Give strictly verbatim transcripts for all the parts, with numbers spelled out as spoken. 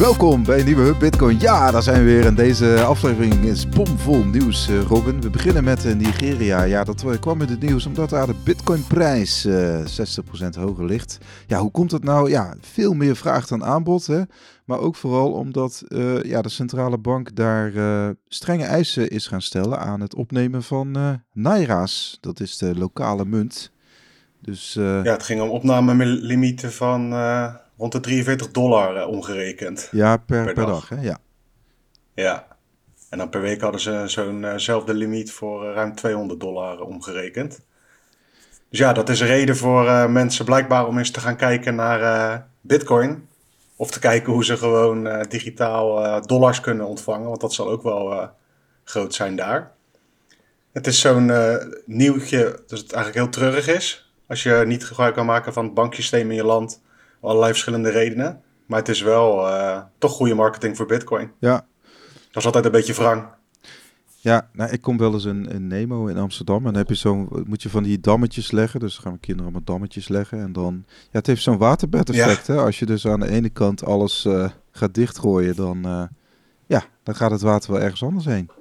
Welkom bij een nieuwe Hub Bitcoin. Ja, daar zijn we weer. En deze aflevering is bomvol nieuws, uh, Robin. We beginnen met uh, Nigeria. Ja, dat uh, kwam in het nieuws omdat daar de Bitcoinprijs uh, zestig procent hoger ligt. Ja, hoe komt dat nou? Ja, veel meer vraag dan aanbod, hè? Maar ook vooral omdat uh, ja, de centrale bank daar uh, strenge eisen is gaan stellen aan het opnemen van uh, naira's. Dat is de lokale munt. Dus, uh, ja, het ging om opnamelimieten van uh, rond de drieënveertig dollar uh, omgerekend. Ja, per, per, per dag. dag, hè? Ja. Ja. En dan per week hadden ze zo'nzelfde uh limiet voor uh, ruim tweehonderd dollar uh, omgerekend. Dus ja, dat is een reden voor uh, mensen blijkbaar om eens te gaan kijken naar uh, Bitcoin. Of te kijken hoe ze gewoon uh, digitaal uh, dollars kunnen ontvangen. Want dat zal ook wel uh, groot zijn daar. Het is zo'n uh, nieuwtje dat het eigenlijk heel treurig is. Als je niet gebruik kan maken van het banksysteem in je land. Allerlei verschillende redenen. Maar het is wel uh, toch goede marketing voor Bitcoin. Ja. Dat is altijd een beetje wrang. Ja, nou, ik kom wel eens in, in Nemo in Amsterdam. En dan heb je zo'n, moet je van die dammetjes leggen. Dus gaan we kinderen allemaal dammetjes leggen. En dan, ja, het heeft zo'n waterbed-effect. Ja. Hè? Als je dus aan de ene kant alles uh, gaat dichtgooien, dan, uh, ja, dan gaat het water wel ergens anders heen.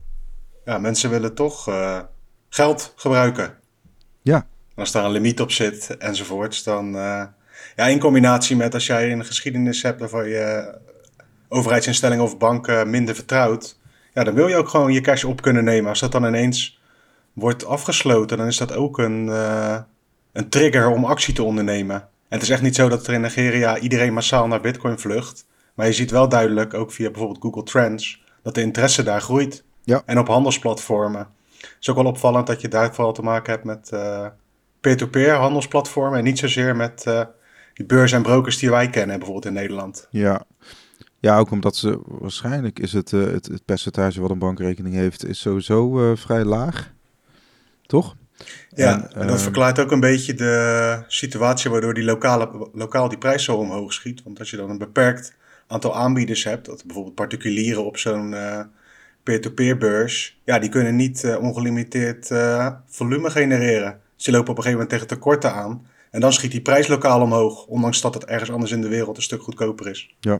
Ja, mensen willen toch uh, geld gebruiken. Ja. En als daar een limiet op zit enzovoorts, dan... Uh, ja, in combinatie met als jij een geschiedenis hebt waarvan je overheidsinstellingen of banken minder vertrouwt, ja, dan wil je ook gewoon je cash op kunnen nemen. Als dat dan ineens wordt afgesloten, dan is dat ook een, uh, een trigger om actie te ondernemen. En het is echt niet zo dat er in Nigeria iedereen massaal naar Bitcoin vlucht. Maar je ziet wel duidelijk, ook via bijvoorbeeld Google Trends, dat de interesse daar groeit. Ja. En op handelsplatformen. Het is ook wel opvallend dat je daar vooral te maken hebt met uh, peer-to-peer handelsplatformen. En niet zozeer met uh, die beurs en brokers die wij kennen, bijvoorbeeld in Nederland. Ja. Ja, ook omdat ze waarschijnlijk is het, uh, het, het percentage wat een bankrekening heeft, is sowieso uh, vrij laag. Toch? Ja, en, en dat uh, verklaart ook een beetje de situatie waardoor die lokale, lokaal die prijs zo omhoog schiet. Want als je dan een beperkt aantal aanbieders hebt, dat bijvoorbeeld particulieren op zo'n uh, peer-to-peer beurs, ja, die kunnen niet uh, ongelimiteerd uh, volume genereren. Ze lopen op een gegeven moment tegen tekorten aan. En dan schiet die prijs lokaal omhoog, ondanks dat het ergens anders in de wereld een stuk goedkoper is. Ja.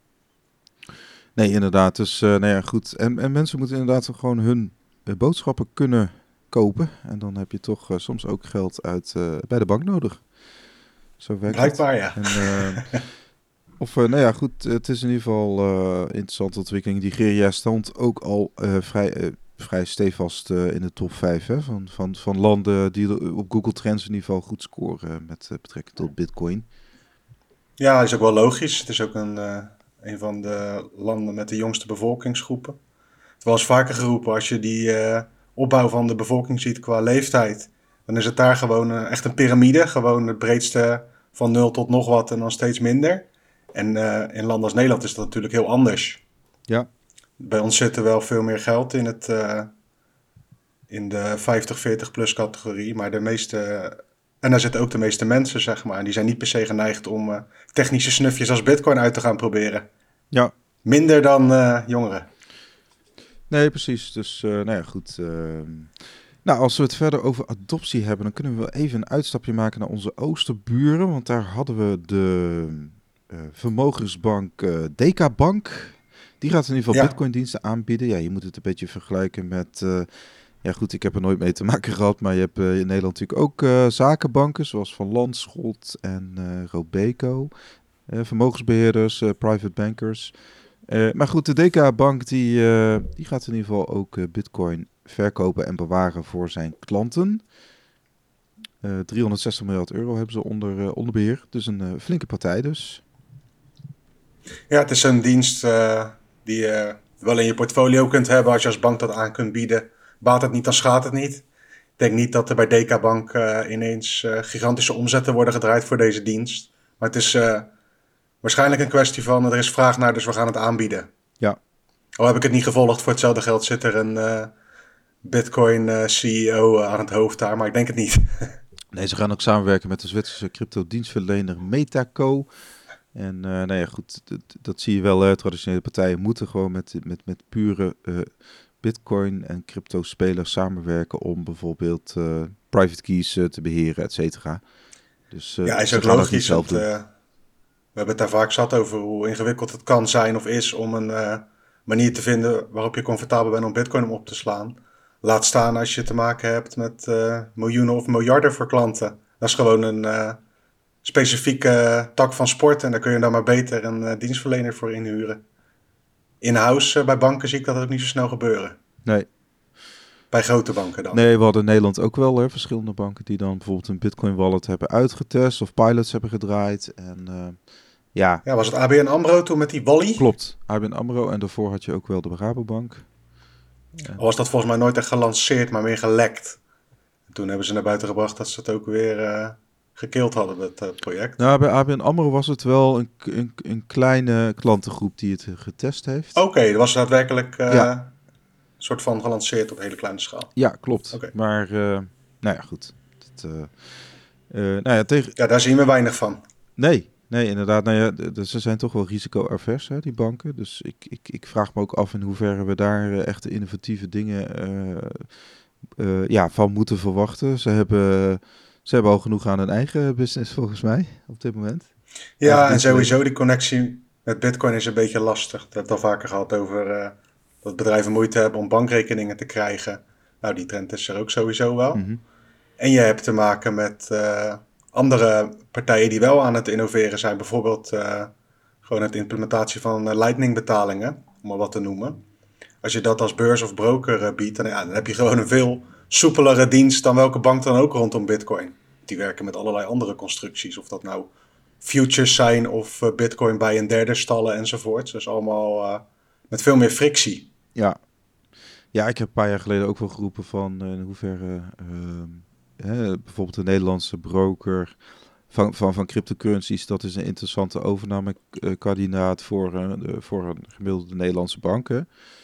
Nee, inderdaad. Dus, uh, nou ja, goed. En, en mensen moeten inderdaad gewoon hun uh, boodschappen kunnen kopen. En dan heb je toch uh, soms ook geld uit uh, bij de bank nodig. Zo werkt Blijkbaar, het. ja. En, uh, of, uh, nou ja, goed. Het is in ieder geval uh, interessante ontwikkeling. Nigeria stond ook al uh, vrij, uh, vrij stevast uh, in de top vijf hè, van, van, van landen die op Google Trends in ieder geval goed scoren met uh, betrekking tot Bitcoin. Ja, dat is ook wel logisch. Het is ook een... Uh... Een van de landen met de jongste bevolkingsgroepen. Het was vaker geroepen, als je die uh, opbouw van de bevolking ziet qua leeftijd, dan is het daar gewoon uh, echt een piramide. Gewoon het breedste van nul tot nog wat en dan steeds minder. En uh, in landen als Nederland is dat natuurlijk heel anders. Ja. Bij ons zit er wel veel meer geld in, het, uh, in de vijftig, veertig plus categorie. Maar de meeste... En daar zitten ook de meeste mensen, zeg maar. En die zijn niet per se geneigd om uh, technische snufjes als Bitcoin uit te gaan proberen. Ja. Minder dan uh, jongeren. Nee, precies. Dus, uh, nou ja, goed. Uh, nou, als we het verder over adoptie hebben, dan kunnen we wel even een uitstapje maken naar onze oosterburen. Want daar hadden we de uh, vermogensbank uh, Dekabank. Die gaat in ieder geval ja. Bitcoin-diensten aanbieden. Ja, je moet het een beetje vergelijken met... Uh, Ja goed, ik heb er nooit mee te maken gehad, maar je hebt uh, in Nederland natuurlijk ook uh, zakenbanken zoals Van Landschot en uh, Robeco, uh, vermogensbeheerders, uh, private bankers. Uh, maar goed, de Dekabank die, uh, die gaat in ieder geval ook uh, Bitcoin verkopen en bewaren voor zijn klanten. Uh, driehonderdzestig miljard euro hebben ze onder, uh, onder beheer, dus een uh, flinke partij dus. Ja, het is een dienst uh, die je wel in je portfolio kunt hebben als je als bank dat aan kunt bieden. Baat het niet, dan schaadt het niet. Ik denk niet dat er bij Dekabank uh, ineens uh, gigantische omzetten worden gedraaid voor deze dienst. Maar het is uh, waarschijnlijk een kwestie van, er is vraag naar, dus we gaan het aanbieden. Ja. Al heb ik het niet gevolgd, voor hetzelfde geld zit er een uh, Bitcoin uh, C E O aan het hoofd daar, maar ik denk het niet. Nee, ze gaan ook samenwerken met de Zwitserse crypto-dienstverlener Metaco. En uh, nou ja, goed, dat, dat zie je wel. Uh, traditionele partijen moeten gewoon met, met, met pure... Uh, Bitcoin en crypto-spelers samenwerken om bijvoorbeeld uh, private keys uh, te beheren, et cetera. Dus, uh, ja, is ook logisch. Want, uh, We hebben het daar vaak zat over hoe ingewikkeld het kan zijn of is om een uh, manier te vinden waarop je comfortabel bent om bitcoin om op te slaan. Laat staan als je te maken hebt met uh, miljoenen of miljarden voor klanten. Dat is gewoon een uh, specifieke tak van sport en daar kun je dan maar beter een uh, dienstverlener voor inhuren. In-house uh, bij banken zie ik dat ook niet zo snel gebeuren. Nee. Bij grote banken dan? Nee, we hadden in Nederland ook wel hè, verschillende banken die dan bijvoorbeeld een Bitcoin wallet hebben uitgetest of pilots hebben gedraaid. En uh, ja. Ja, was het A B N AMRO toen met die Wally? Klopt, A B N AMRO en daarvoor had je ook wel de Rabobank. Ja. Al was dat volgens mij nooit echt gelanceerd, maar meer gelekt. En toen hebben ze naar buiten gebracht dat ze het ook weer uh, gekild hadden, dat uh, project. Nou, bij A B N AMRO was het wel een, een, een kleine klantengroep die het getest heeft. Oké, okay, dat was daadwerkelijk uh, ja. een soort van gelanceerd op hele kleine schaal. Ja, klopt. Okay. Maar, uh, nou ja, goed. Dat, uh, uh, nou ja, tegen... ja, daar zien we weinig van. Nee, nee, inderdaad. Nou ja, de, de, ze zijn toch wel risico-avers, hè, die banken. Dus ik, ik, ik vraag me ook af in hoeverre we daar uh, echt innovatieve dingen uh, uh, ja, van moeten verwachten. Ze hebben, ze hebben al genoeg aan hun eigen business, volgens mij, op dit moment. Ja, en, en sowieso uh, die connectie met Bitcoin is een beetje lastig. Dat heb ik al vaker gehad over uh, dat bedrijven moeite hebben om bankrekeningen te krijgen. Nou, die trend is er ook sowieso wel. Mm-hmm. En je hebt te maken met uh, andere partijen die wel aan het innoveren zijn. Bijvoorbeeld uh, gewoon het implementatie van uh, Lightning betalingen, om maar wat te noemen. Als je dat als beurs of broker uh, biedt, dan, ja, dan heb je gewoon een veel soepelere dienst dan welke bank dan ook rondom Bitcoin. Die werken met allerlei andere constructies, of dat nou futures zijn of uh, Bitcoin bij een derde stallen enzovoort. Dus allemaal uh, met veel meer frictie. Ja. Ja, ik heb een paar jaar geleden ook wel geroepen van uh, in hoeverre uh, uh, bijvoorbeeld de Nederlandse broker van, van, van cryptocurrencies, dat is een interessante overnamekandidaat voor, uh, de, voor een gemiddelde Nederlandse banken.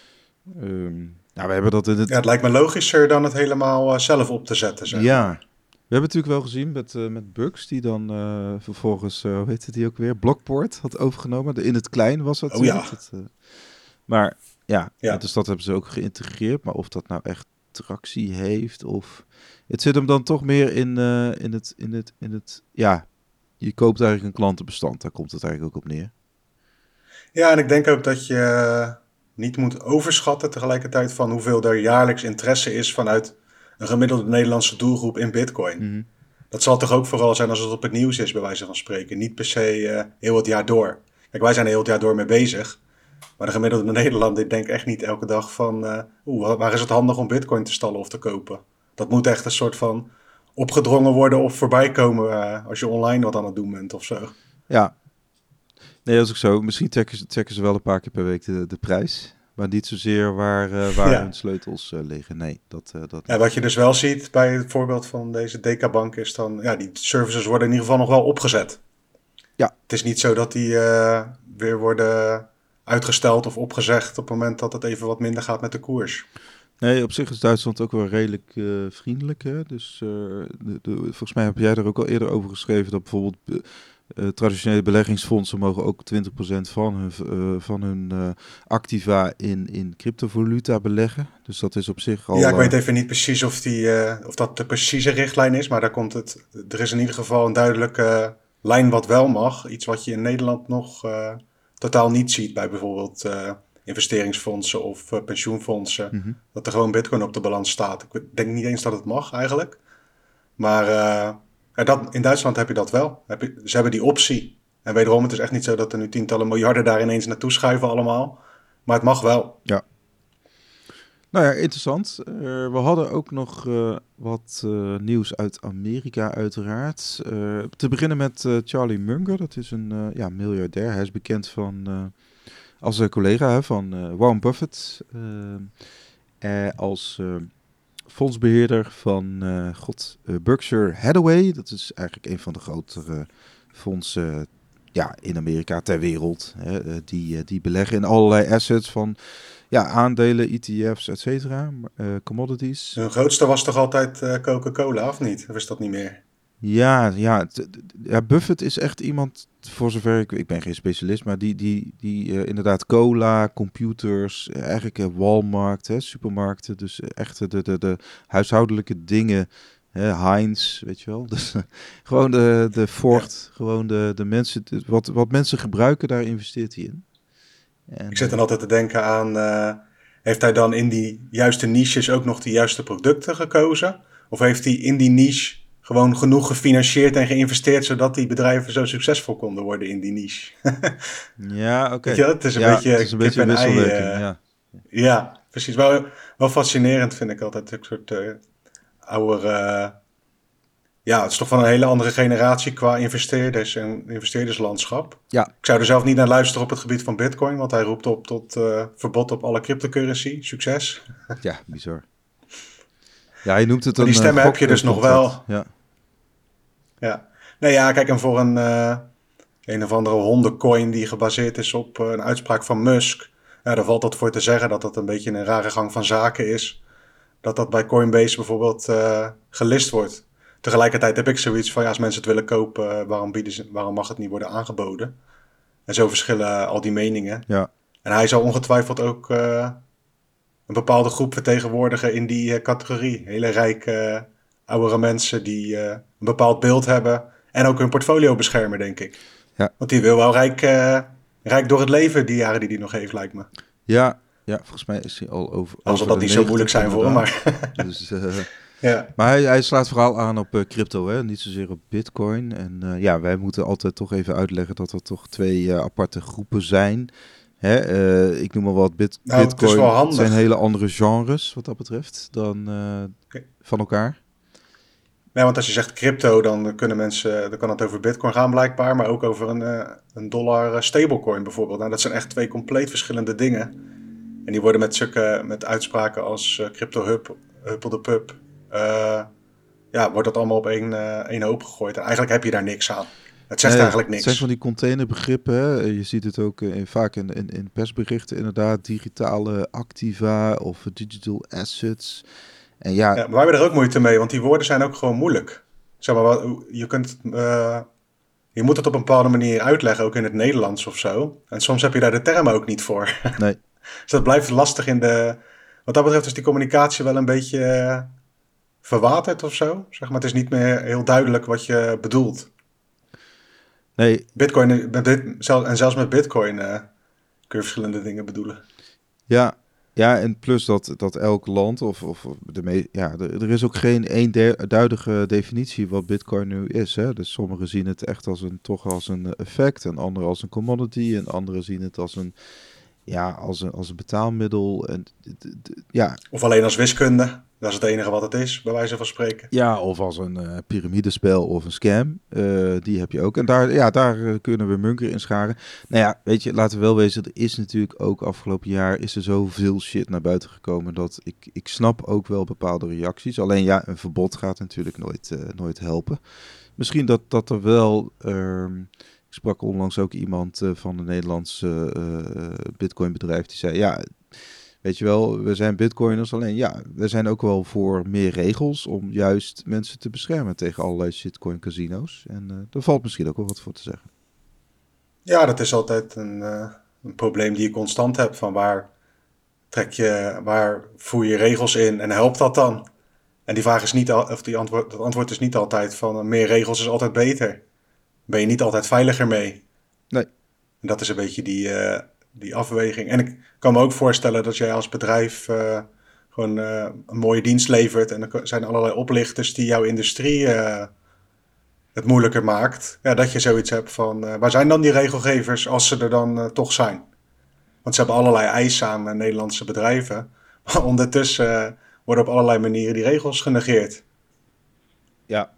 Um, nou, we hebben dat in het... Ja, het lijkt me logischer dan het helemaal uh, zelf op te zetten. Zeg. Ja, we hebben natuurlijk wel gezien met, uh, met Bucks, die dan uh, vervolgens, uh, hoe heet het die ook weer, Blockport had overgenomen. De, in het klein was dat. Oh ja. Dat, uh, maar ja, ja, dus dat hebben ze ook geïntegreerd. Maar of dat nou echt tractie heeft of... Het zit hem dan toch meer in, uh, in, het, in, het, in het... Ja, je koopt eigenlijk een klantenbestand. Daar komt het eigenlijk ook op neer. Ja, en ik denk ook dat je niet moet overschatten tegelijkertijd van hoeveel er jaarlijks interesse is vanuit een gemiddelde Nederlandse doelgroep in Bitcoin. Mm-hmm. Dat zal toch ook vooral zijn als het op het nieuws is, bij wijze van spreken. Niet per se uh, heel het jaar door. Kijk, wij zijn er heel het jaar door mee bezig. Maar de gemiddelde Nederlander denkt echt niet elke dag van... Uh, oeh, waar is het handig om Bitcoin te stallen of te kopen? Dat moet echt een soort van opgedrongen worden of voorbij komen uh, als je online wat aan het doen bent of zo. Ja. Nee, dat is ook zo. Misschien checken ze, checken ze wel een paar keer per week de, de prijs. Maar niet zozeer waar, uh, waar ja. hun sleutels uh, liggen. Nee, dat, uh, dat ja, wat je dus wel ziet bij het voorbeeld van deze D K Bank is dan... Ja, die services worden in ieder geval nog wel opgezet. Ja. Het is niet zo dat die uh, weer worden uitgesteld of opgezegd op het moment dat het even wat minder gaat met de koers. Nee, op zich is Duitsland ook wel redelijk uh, vriendelijk. Hè? Dus uh, de, de, volgens mij heb jij er ook al eerder over geschreven dat bijvoorbeeld uh, uh, traditionele beleggingsfondsen mogen ook twintig procent van hun, uh, van hun uh, activa in, in cryptovaluta beleggen. Dus dat is op zich al... Ja, ik weet even niet precies of, die, uh, of dat de precieze richtlijn is, maar daar komt het, er is in ieder geval een duidelijke uh, lijn wat wel mag. Iets wat je in Nederland nog uh, totaal niet ziet bij bijvoorbeeld... Uh, investeringsfondsen of uh, pensioenfondsen, mm-hmm. dat er gewoon Bitcoin op de balans staat. Ik denk niet eens dat het mag eigenlijk. Maar uh, dat, in Duitsland heb je dat wel. Heb je, ze hebben die optie. En wederom, het is echt niet zo dat er nu tientallen miljarden daar ineens naartoe schuiven allemaal. Maar het mag wel. Ja. Nou ja, interessant. Uh, we hadden ook nog uh, wat uh, nieuws uit Amerika uiteraard. Uh, te beginnen met uh, Charlie Munger. Dat is een uh, ja, miljardair. Hij is bekend van... Uh, als uh, collega hè, van uh, Warren Buffett, uh, uh, als uh, fondsbeheerder van uh, God, uh, Berkshire Hathaway. Dat is eigenlijk een van de grotere fondsen uh, ja, in Amerika ter wereld. Hè, uh, die, uh, die beleggen in allerlei assets van ja, aandelen, E T F's, et cetera, uh, commodities. Hun grootste was toch altijd uh, Coca-Cola, of niet? Of is dat niet meer? Ja, ja, t- t- ja, Buffett is echt iemand, voor zover ik, ik ben geen specialist, maar die, die, die uh, inderdaad cola, computers, uh, eigenlijk uh, Walmart, hè, supermarkten, dus uh, echt de, de, de huishoudelijke dingen Hè, Heinz, weet je wel. Dus uh, gewoon de, de Ford, ja. gewoon de, de mensen, de, wat, wat mensen gebruiken, daar investeert hij in. En, ik zit dan altijd te denken aan, uh, heeft hij dan in die juiste niches ook nog de juiste producten gekozen? Of heeft hij in die niche gewoon genoeg gefinancierd en geïnvesteerd, zodat die bedrijven zo succesvol konden worden in die niche? Ja, oké. Okay. Weet je, het is een ja, beetje het is een beetje een wisselwerking, ei, uh, ja. Ja, precies. Wel, wel fascinerend vind ik altijd. Een soort uh, oude... Uh, ja, het is toch van een hele andere generatie qua investeerders en investeerderslandschap. Ja. Ik zou er zelf niet naar luisteren op het gebied van Bitcoin, want hij roept op tot uh, verbod op alle cryptocurrency. Succes. Ja, bizar. Ja, je noemt het maar een die stemmen uh, heb je dus nog wel. Ja. Ja. Nee, ja, kijk, en voor een, uh, een of andere hondencoin die gebaseerd is op uh, een uitspraak van Musk. Ja, daar valt dat voor te zeggen dat dat een beetje een rare gang van zaken is. Dat dat bij Coinbase bijvoorbeeld uh, gelist wordt. Tegelijkertijd heb ik zoiets van, ja, als mensen het willen kopen, waarom, bieden ze, waarom mag het niet worden aangeboden? En zo verschillen al die meningen. Ja. En hij zal ongetwijfeld ook uh, een bepaalde groep vertegenwoordigen in die uh, categorie. Hele rijke, uh, oudere mensen die uh, een bepaald beeld hebben en ook hun portfolio beschermen, denk ik. Ja. Want die wil wel rijk, uh, rijk door het leven, die jaren die hij nog heeft, lijkt me. Ja, ja, volgens mij is hij al over. Als zal dat niet zo moeilijk zijn voor hem, maar. Dus, uh, ja. Maar hij, hij slaat vooral aan op uh, crypto, hè? Niet zozeer op Bitcoin. En uh, ja, wij moeten altijd toch even uitleggen dat er toch twee uh, aparte groepen zijn. Hè? Uh, ik noem maar wat, Bit- nou, Bitcoin. Het is wel handig. Het zijn hele andere genres wat dat betreft dan uh, okay. van elkaar. Nee, want als je zegt crypto, dan kunnen mensen, dan kan het over Bitcoin gaan blijkbaar, maar ook over een, uh, een dollar stablecoin bijvoorbeeld. Nou, dat zijn echt twee compleet verschillende dingen. En die worden met zulke, met uitspraken als uh, crypto hub, huppel de pub, uh, ja, wordt dat allemaal op één, uh, één hoop gegooid. En eigenlijk heb je daar niks aan. Het zegt nee, eigenlijk niks. Het zijn van die containerbegrippen. Hè? Je ziet het ook in, vaak in, in, in persberichten inderdaad. Digitale activa of digital assets. En ja, ja, maar wij hebben er ook moeite mee, want die woorden zijn ook gewoon moeilijk. Zeg maar, je kunt... Uh, je moet het op een bepaalde manier uitleggen, ook in het Nederlands of zo. En soms heb je daar de termen ook niet voor. Nee. Dus dat blijft lastig in de... Wat dat betreft is die communicatie wel een beetje uh, verwaterd of zo. Zeg maar, het is niet meer heel duidelijk wat je bedoelt. Nee. Bitcoin, en zelfs met Bitcoin uh, kun je verschillende dingen bedoelen. Ja, ja, en plus dat, dat elk land of, of de me- ja, er, er is ook geen eenduidige definitie wat Bitcoin nu is. Hè? Dus sommigen zien het echt als een, toch als een effect, en anderen als een commodity, en anderen zien het als een, ja, als een, als een betaalmiddel. En, d- d- d- ja. Of alleen als wiskunde. Dat is het enige wat het is, bij wijze van spreken. Ja, of als een uh, piramidespel of een scam. Uh, die heb je ook. En daar, ja, daar uh, kunnen we Munker in scharen. Nou ja, weet je, laten we wel wezen, er is natuurlijk ook afgelopen jaar is er zoveel shit naar buiten gekomen dat ik, ik snap ook wel bepaalde reacties. Alleen ja, een verbod gaat natuurlijk nooit, uh, nooit helpen. Misschien dat, dat er wel... Uh, ik sprak onlangs ook iemand uh, van een Nederlands uh, uh, Bitcoin-bedrijf die zei... ja. Weet je wel, we zijn bitcoiners, alleen ja, we zijn ook wel voor meer regels om juist mensen te beschermen tegen allerlei shitcoin casino's. En uh, daar valt misschien ook wel wat voor te zeggen. Ja, dat is altijd een, uh, een probleem die je constant hebt. Van waar trek je, waar voer je regels in en helpt dat dan? En die vraag is niet, al, of die antwoord, het antwoord is niet altijd van uh, meer regels is altijd beter. Ben je niet altijd veiliger mee? Nee. En dat is een beetje die... Uh, die afweging. En ik kan me ook voorstellen dat jij als bedrijf uh, gewoon uh, een mooie dienst levert. En er zijn allerlei oplichters die jouw industrie uh, het moeilijker maakt. Ja, dat je zoiets hebt van, uh, waar zijn dan die regelgevers als ze er dan uh, toch zijn? Want ze hebben allerlei eisen aan uh, Nederlandse bedrijven. Maar ondertussen uh, worden op allerlei manieren die regels genegeerd. Ja.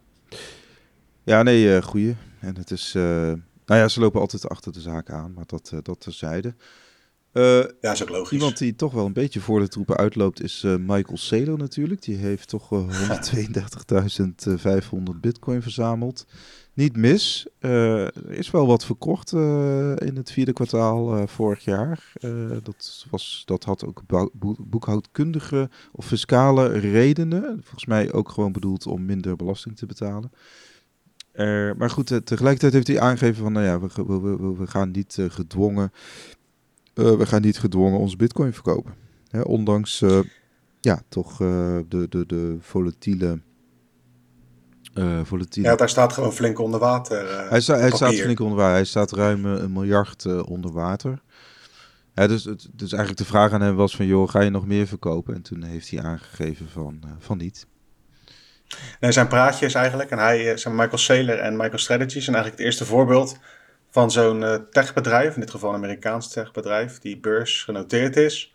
Ja, nee, uh, goeie. En het is... Uh... Nou ja, ze lopen altijd achter de zaak aan, maar dat, uh, dat terzijde. Uh, ja, is ook logisch. Iemand die toch wel een beetje voor de troepen uitloopt is uh, Michael Saylor natuurlijk. Die heeft toch uh, honderdtweeëndertigduizend vijfhonderd bitcoin verzameld. Niet mis. Uh, er is wel wat verkocht uh, in het vierde kwartaal uh, vorig jaar. Uh, dat, was, dat had ook boekhoudkundige of fiscale redenen. Volgens mij ook gewoon bedoeld om minder belasting te betalen. Uh, maar goed, uh, tegelijkertijd heeft hij aangegeven van, nou ja, we, we, we, we gaan niet uh, gedwongen, uh, we gaan niet gedwongen ons bitcoin verkopen. Hè, ondanks, uh, ja, toch uh, de, de, de volatiele uh, volatile. Ja, daar staat gewoon flink onder water. Uh, hij, sta, hij staat flink onder water. Hij staat ruim uh, een miljard uh, onder water. Ja, dus, het, dus eigenlijk de vraag aan hem was van, joh, ga je nog meer verkopen? En toen heeft hij aangegeven van, uh, van niet. Nee, zijn praatje is eigenlijk, en hij, zijn Michael Saylor en MicroStrategy zijn eigenlijk het eerste voorbeeld van zo'n uh, techbedrijf, in dit geval een Amerikaans techbedrijf, die beurs genoteerd is.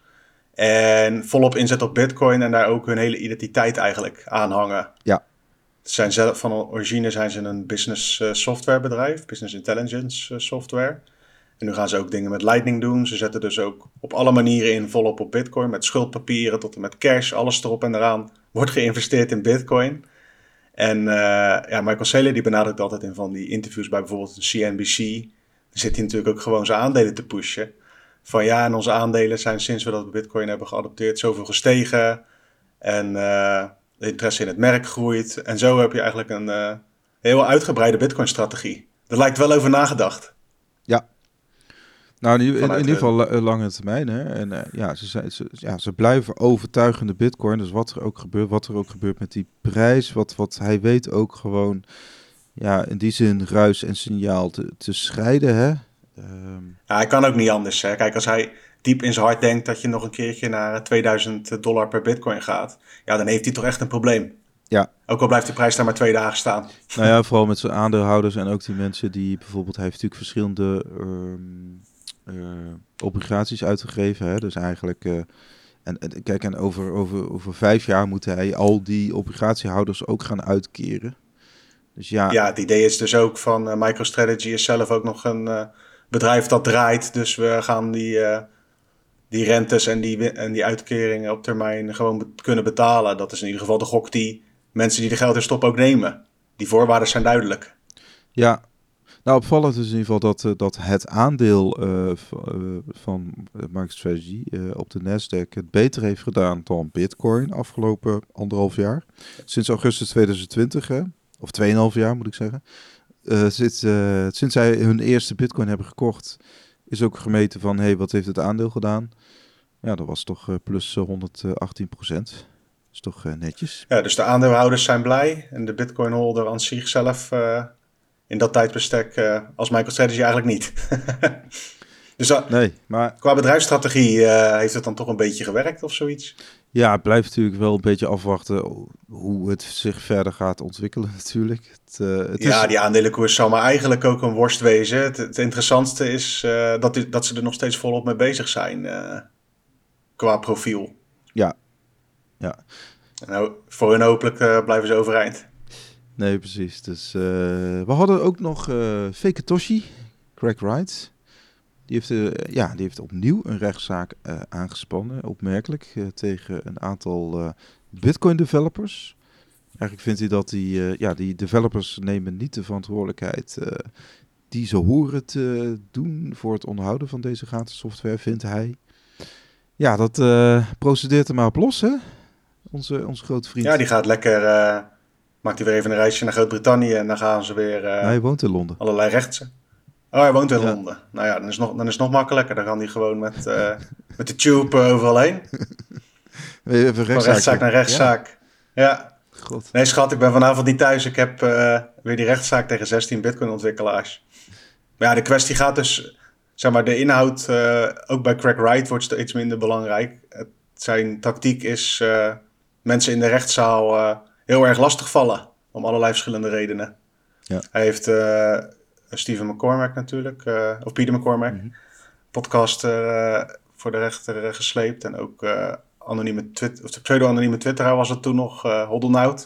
En volop inzet op Bitcoin en daar ook hun hele identiteit eigenlijk aan hangen. Ja. Zijn zelf, van origine zijn ze een business uh, softwarebedrijf, business intelligence uh, software. En nu gaan ze ook dingen met Lightning doen. Ze zetten dus ook op alle manieren in volop op Bitcoin. Met schuldpapieren tot en met cash, alles erop en eraan. Wordt geïnvesteerd in Bitcoin. En uh, ja, Michael Saylor die benadrukt altijd in van die interviews bij bijvoorbeeld C N B C. Dan zit hij natuurlijk ook gewoon zijn aandelen te pushen. Van ja, en onze aandelen zijn sinds we dat Bitcoin hebben geadopteerd zoveel gestegen. En uh, de interesse in het merk groeit. En zo heb je eigenlijk een uh, heel uitgebreide Bitcoin-strategie. Er lijkt wel over nagedacht. Ja. Nou, in, in, in ieder geval la, lange termijn. Hè? En uh, ja, ze, zijn, ze, ja, ze blijven overtuigende Bitcoin. Dus wat er ook gebeurt, wat er ook gebeurt met die prijs. Wat, wat hij weet ook gewoon, ja, in die zin ruis en signaal te, te scheiden. Hè? Um... Ja, hij kan ook niet anders. Hè? Kijk, als hij diep in zijn hart denkt dat je nog een keertje naar tweeduizend dollar per Bitcoin gaat. Ja, dan heeft hij toch echt een probleem. Ja. Ook al blijft de prijs daar maar twee dagen staan. Nou ja, vooral met zijn aandeelhouders en ook die mensen die bijvoorbeeld, hij heeft natuurlijk verschillende um, uh, obligaties uitgegeven. Hè? Dus eigenlijk, uh, en, en kijk, en over, over, over vijf jaar moet hij al die obligatiehouders ook gaan uitkeren. Dus ja. Ja, het idee is dus ook van uh, MicroStrategy is zelf ook nog een uh, bedrijf dat draait. Dus we gaan die, uh, die rentes en die, en die uitkeringen op termijn gewoon be- kunnen betalen. Dat is in ieder geval de gok die mensen die er geld in stoppen ook nemen. Die voorwaarden zijn duidelijk. Ja, nou opvallend is in ieder geval dat, uh, dat het aandeel uh, v- uh, van MicroStrategy uh, op de Nasdaq het beter heeft gedaan dan Bitcoin afgelopen anderhalf jaar. Sinds augustus tweeduizend twintig, hè? Of tweeënhalf jaar moet ik zeggen. Uh, sinds, uh, sinds zij hun eerste Bitcoin hebben gekocht, is ook gemeten van, hé, hey, wat heeft het aandeel gedaan? Ja, dat was toch uh, plus uh, honderdachttien procent. Dat is toch uh, netjes. Ja, dus de aandeelhouders zijn blij. En de Bitcoin holder aan zich zelf uh, in dat tijdsbestek uh, als MicroStrategy eigenlijk niet. Dus uh, nee, maar qua bedrijfsstrategie uh, heeft het dan toch een beetje gewerkt of zoiets? Ja, het blijft natuurlijk wel een beetje afwachten hoe het zich verder gaat ontwikkelen natuurlijk. Het, uh, het ja, is... die aandelenkoers zal maar eigenlijk ook een worst wezen. Het, het interessantste is uh, dat, die, dat ze er nog steeds volop mee bezig zijn uh, qua profiel. Ja. ja. Nou, voor hun hopelijk uh, blijven ze overeind. Nee, precies. Dus uh, we hadden ook nog uh, Faketoshi, Craig Wright. Die heeft, uh, ja, die heeft opnieuw een rechtszaak uh, aangespannen, opmerkelijk, uh, tegen een aantal uh, Bitcoin-developers. Eigenlijk vindt hij dat die, uh, ja, die developers nemen niet de verantwoordelijkheid uh, die ze horen te doen voor het onderhouden van deze gratis software, vindt hij. Ja, dat uh, procedeert er maar op los, hè? Onze, onze grote vriend. Ja, die gaat lekker, uh, maakt hij weer even een reisje naar Groot-Brittannië en dan gaan ze weer uh, hij woont in Londen. Allerlei rechtsen. Oh, hij woont in ja. Londen. Nou ja, dan is, nog, dan is het nog makkelijker. Dan gaan die gewoon met, uh, met de tube uh, overal heen. Even Van rechtszaak naar rechtszaak. Ja. ja. God. Nee, schat, ik ben vanavond niet thuis. Ik heb uh, weer die rechtszaak tegen zestien Bitcoin-ontwikkelaars. Maar ja, de kwestie gaat dus... Zeg maar, de inhoud, uh, ook bij Craig Wright, wordt steeds minder belangrijk. Het, zijn tactiek is uh, mensen in de rechtszaal uh, heel erg lastigvallen. Om allerlei verschillende redenen. Ja. Hij heeft... Uh, Stephen McCormack natuurlijk, uh, of Peter McCormack, mm-hmm. podcaster uh, voor de rechter uh, gesleept. En ook uh, anonieme Twitter, of de pseudo-anonieme Twitteraar was het toen nog, uh, Hoddelnout.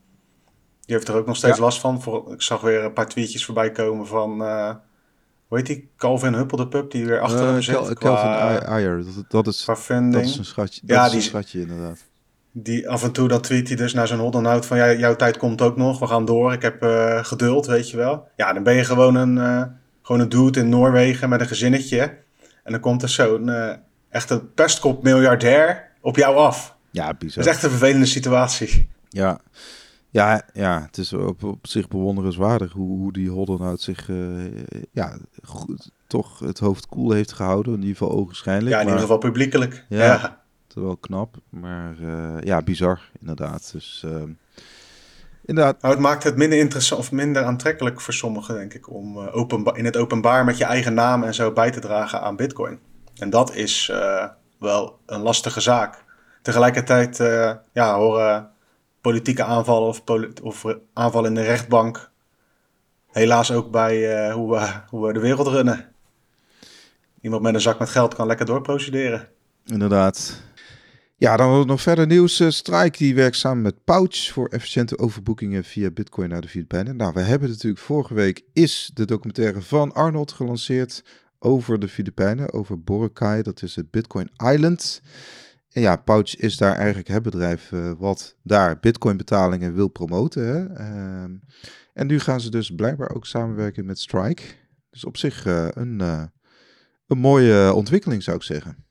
Die heeft er ook nog steeds ja. last van. Voor, ik zag weer een paar tweetjes voorbij komen van, uh, hoe heet die, Calvin Huppel de Pup, die weer achter uh, hem zit. Cal- Calvin Ayer, dat, dat, is, dat is een schatje, dat ja, is die, een schatje inderdaad. Die af en toe dan tweet hij dus naar zijn Hoddelnout van ja, jouw tijd komt ook nog, we gaan door, ik heb uh, geduld, weet je wel. Ja, dan ben je gewoon een, uh, gewoon een dude in Noorwegen met een gezinnetje. En dan komt er zo'n uh, echt een pestkop miljardair op jou af. Ja, bizar. Dat is echt een vervelende situatie. Ja, ja, ja het is op, op zich bewonderenswaardig hoe, hoe die Hoddelnout zich uh, ja, goed, toch het hoofd koel heeft gehouden, in ieder geval ogenschijnlijk. Ja, in maar, ieder geval publiekelijk. Ja. ja. Wel knap, maar uh, ja, bizar inderdaad. Dus uh, inderdaad. Nou, het maakt het minder interessant of minder aantrekkelijk voor sommigen, denk ik, om uh, openba- in het openbaar met je eigen naam en zo bij te dragen aan Bitcoin. En dat is uh, wel een lastige zaak. Tegelijkertijd uh, ja, horen politieke aanvallen of, poli- of aanvallen in de rechtbank helaas ook bij uh, hoe, we, hoe we de wereld runnen. Iemand met een zak met geld kan lekker doorprocederen. Inderdaad. Ja, dan nog verder nieuws. Uh, Strike die werkt samen met Pouch voor efficiënte overboekingen via Bitcoin naar de Filipijnen. Nou, we hebben natuurlijk vorige week is de documentaire van Arnold gelanceerd over de Filipijnen, over Boracay. Dat is het Bitcoin Island. En ja, Pouch is daar eigenlijk het bedrijf uh, wat daar Bitcoin betalingen wil promoten. Hè? Uh, en nu gaan ze dus blijkbaar ook samenwerken met Strike. Dus op zich uh, een, uh, een mooie ontwikkeling, zou ik zeggen.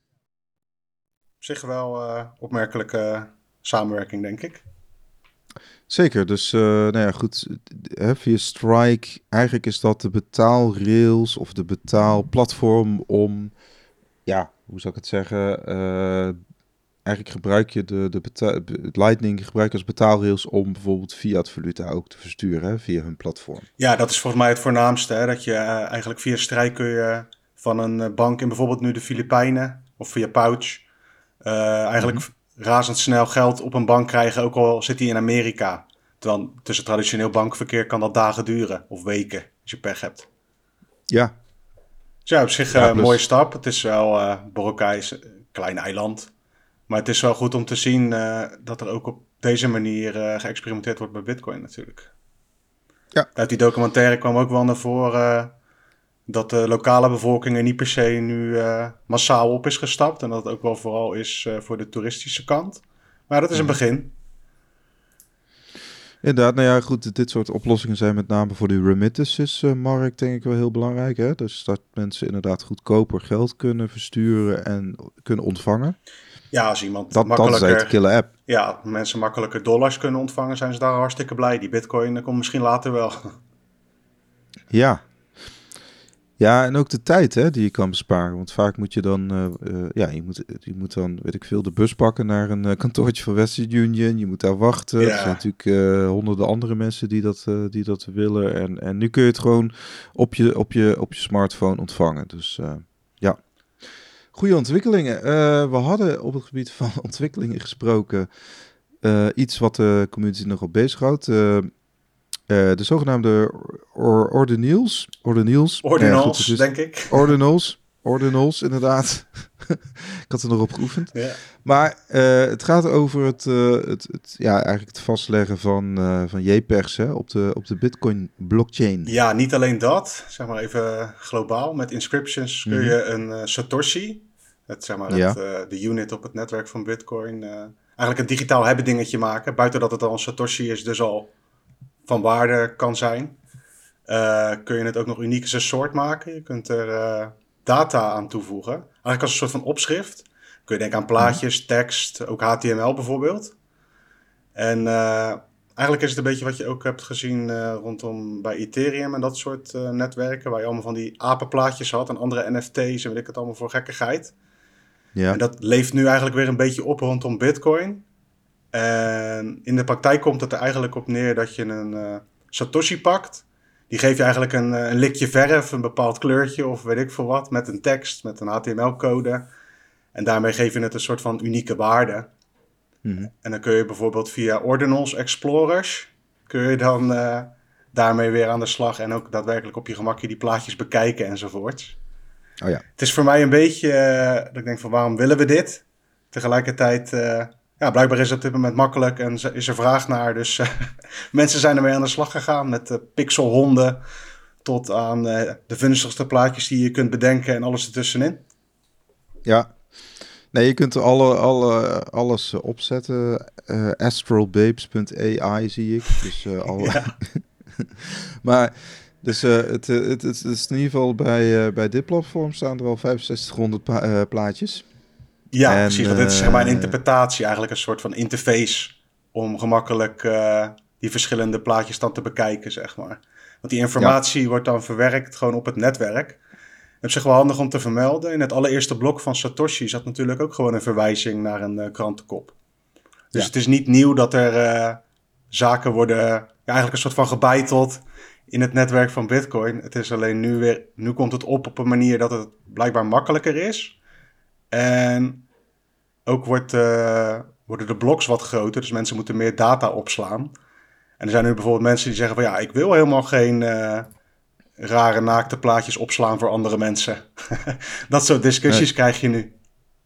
Op zich wel uh, opmerkelijke samenwerking, denk ik. Zeker, dus uh, nou ja, goed, hè, via Strike, eigenlijk is dat de betaalrails of de betaalplatform om, ja, hoe zou ik het zeggen, uh, eigenlijk gebruik je de, de beta- Lightning gebruik als betaalrails om bijvoorbeeld fiat valuta ook te versturen, hè, via hun platform. Ja, dat is volgens mij het voornaamste, hè, dat je uh, eigenlijk via Strike kun je van een bank in bijvoorbeeld nu de Filipijnen of via Pouch Uh, eigenlijk mm-hmm. razendsnel geld op een bank krijgen, ook al zit hij in Amerika. Terwijl tussen traditioneel bankverkeer kan dat dagen duren, of weken, als je pech hebt. Ja. Dus ja, op zich ja, een uh, mooie stap. Het is wel, uh, Boracay is een klein eiland. Maar het is wel goed om te zien uh, dat er ook op deze manier uh, geëxperimenteerd wordt met Bitcoin natuurlijk. Ja. Uit die documentaire kwam ook wel naar voren uh, dat de lokale bevolking er niet per se nu uh, massaal op is gestapt. En dat het ook wel vooral is uh, voor de toeristische kant. Maar dat is een begin. Inderdaad, nou ja, goed. Dit soort oplossingen zijn met name voor de remittances-markt denk ik wel heel belangrijk. Hè? Dus dat mensen inderdaad goedkoper geld kunnen versturen en kunnen ontvangen. Ja, als iemand dat, makkelijker... Dat is een killer app. Ja, mensen makkelijker dollars kunnen ontvangen, zijn ze daar hartstikke blij. Die bitcoin komt misschien later wel. Ja. Ja, en ook de tijd hè, die je kan besparen. Want vaak moet je dan, uh, uh, ja, je moet, je moet dan, weet ik veel, de bus pakken naar een uh, kantoortje van Western Union. Je moet daar wachten. Ja. Er zijn natuurlijk uh, honderden andere mensen die dat, uh, die dat willen. En, en nu kun je het gewoon op je, op je, op je smartphone ontvangen. Dus uh, ja, goede ontwikkelingen. Uh, we hadden op het gebied van ontwikkelingen gesproken uh, iets wat de community nogal bezighoudt. Uh, Uh, de zogenaamde or ordinals. Ordinals, ordinals ja, denk ik. Ordinals, ordinals inderdaad. Ik had er nog op geoefend. Ja. Maar uh, het gaat over het, uh, het, het, ja, eigenlijk het vastleggen van, uh, van J P E G's hè, op, de, op de Bitcoin blockchain. Ja, niet alleen dat. Zeg maar even globaal. Met inscriptions kun je mm-hmm. een uh, Satoshi, het, zeg maar, ja. het, uh, de unit op het netwerk van Bitcoin, uh, eigenlijk een digitaal hebben dingetje maken. Buiten dat het al een Satoshi is, dus al van waarde kan zijn. Uh, kun je het ook nog uniek als een soort maken. Je kunt er uh, data aan toevoegen. Eigenlijk als een soort van opschrift. Kun je denken aan plaatjes, tekst, ook H T M L bijvoorbeeld. En uh, eigenlijk is het een beetje wat je ook hebt gezien uh, rondom bij Ethereum en dat soort uh, netwerken. Waar je allemaal van die apenplaatjes had en andere N F T's en weet ik het allemaal voor gekkigheid. Ja. En dat leeft nu eigenlijk weer een beetje op rondom Bitcoin. En in de praktijk komt het er eigenlijk op neer dat je een uh, Satoshi pakt. Die geef je eigenlijk een, een likje verf, een bepaald kleurtje of weet ik veel wat. Met een tekst, met een H T M L-code. En daarmee geef je het een soort van unieke waarde. Mm-hmm. En dan kun je bijvoorbeeld via Ordinals Explorers... kun je dan uh, daarmee weer aan de slag. En ook daadwerkelijk op je gemakje die plaatjes bekijken enzovoorts. Oh ja. Het is voor mij een beetje... Uh, dat ik denk van waarom willen we dit? Tegelijkertijd... Uh, Ja, blijkbaar is het op dit moment makkelijk en is er vraag naar. Dus uh, mensen zijn ermee aan de slag gegaan met uh, pixelhonden tot aan uh, de vunzigste plaatjes die je kunt bedenken en alles ertussenin. Ja, nee, je kunt er alle, alle, alles opzetten. Uh, astralbabes punt a i zie ik. Dus uh, al. Ja. Maar dus uh, het, het, het, het is in ieder geval bij, uh, bij dit platform staan er al vijfenzestighonderd pa- uh, plaatjes. Ja, en, precies. Want dit is zeg maar een interpretatie, eigenlijk een soort van interface om gemakkelijk uh, die verschillende plaatjes dan te bekijken, zeg maar. Want die informatie ja. wordt dan verwerkt gewoon op het netwerk. Het is zich wel handig om te vermelden. In het allereerste blok van Satoshi zat natuurlijk ook gewoon een verwijzing naar een uh, krantenkop. Dus ja. het is niet nieuw dat er uh, zaken worden ja, eigenlijk een soort van gebeiteld in het netwerk van Bitcoin. Het is alleen nu weer, nu komt het op op een manier dat het blijkbaar makkelijker is. En ook wordt, uh, worden de bloks wat groter, dus mensen moeten meer data opslaan. En er zijn nu bijvoorbeeld mensen die zeggen van ja, ik wil helemaal geen uh, rare naakte plaatjes opslaan voor andere mensen. Dat soort discussies nee. krijg je nu.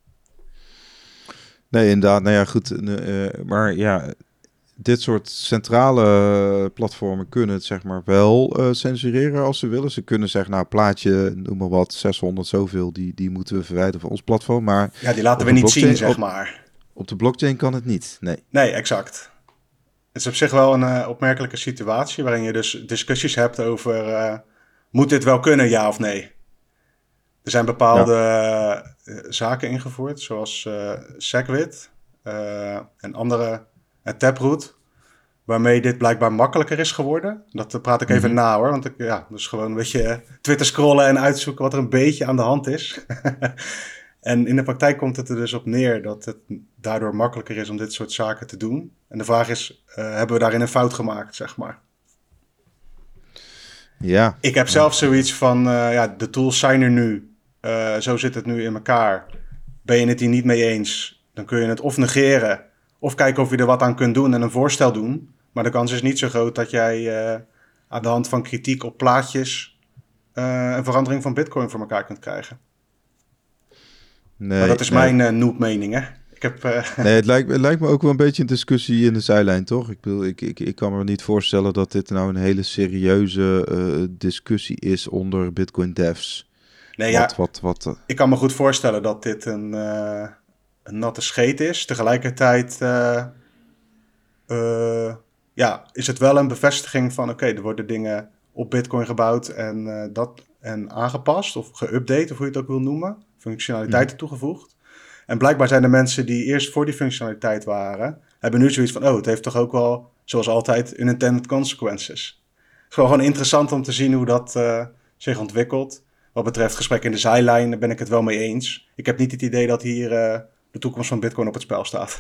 Nee, inderdaad. Nou ja, goed. Uh, maar ja, dit soort centrale platformen kunnen het zeg maar wel uh, censureren als ze willen. Ze kunnen zeggen, nou plaatje, noem maar wat, zeshonderd zoveel, die, die moeten we verwijderen van ons platform. Maar ja, die laten we niet zien, zeg maar. Op, op de blockchain kan het niet, nee. Nee, exact. Het is op zich wel een uh, opmerkelijke situatie waarin je dus discussies hebt over, uh, moet dit wel kunnen, ja of nee? Er zijn bepaalde ja. uh, zaken ingevoerd, zoals uh, SegWit uh, en andere uh, Taproot, waarmee dit blijkbaar makkelijker is geworden. Dat praat ik even mm-hmm. na hoor, want ik, ja, dus gewoon een beetje Twitter scrollen en uitzoeken wat er een beetje aan de hand is. En in de praktijk komt het er dus op neer dat het daardoor makkelijker is om dit soort zaken te doen. En de vraag is, uh, hebben we daarin een fout gemaakt, zeg maar? Ja. Ik heb zelf zoiets van, uh, ja, de tools zijn er nu. Uh, zo zit het nu in elkaar. Ben je het hier niet mee eens, dan kun je het of negeren, of kijken of je er wat aan kunt doen en een voorstel doen. Maar de kans is niet zo groot dat jij uh, aan de hand van kritiek op plaatjes uh, een verandering van Bitcoin voor elkaar kunt krijgen. Nee, maar dat is nee. mijn uh, noob-mening, hè? Ik heb, uh... Nee, het lijkt, het lijkt me ook wel een beetje een discussie in de zijlijn, toch? Ik, bedoel, ik, ik, ik kan me niet voorstellen dat dit nou een hele serieuze uh, discussie is onder Bitcoin devs. Nee, wat, ja, wat, wat, uh... ik kan me goed voorstellen dat dit een, uh, een natte scheet is. Tegelijkertijd uh, uh, ja, is het wel een bevestiging van, oké, okay, er worden dingen op Bitcoin gebouwd en, uh, dat, en aangepast of geüpdate, of hoe je het ook wil noemen. Functionaliteiten mm. toegevoegd. En blijkbaar zijn de mensen die eerst voor die functionaliteit waren, hebben nu zoiets van, oh, het heeft toch ook wel, zoals altijd, unintended consequences. Het is gewoon, gewoon interessant om te zien hoe dat uh, zich ontwikkelt. Wat betreft gesprek in de zijlijn ben ik het wel mee eens. Ik heb niet het idee dat hier uh, de toekomst van Bitcoin op het spel staat.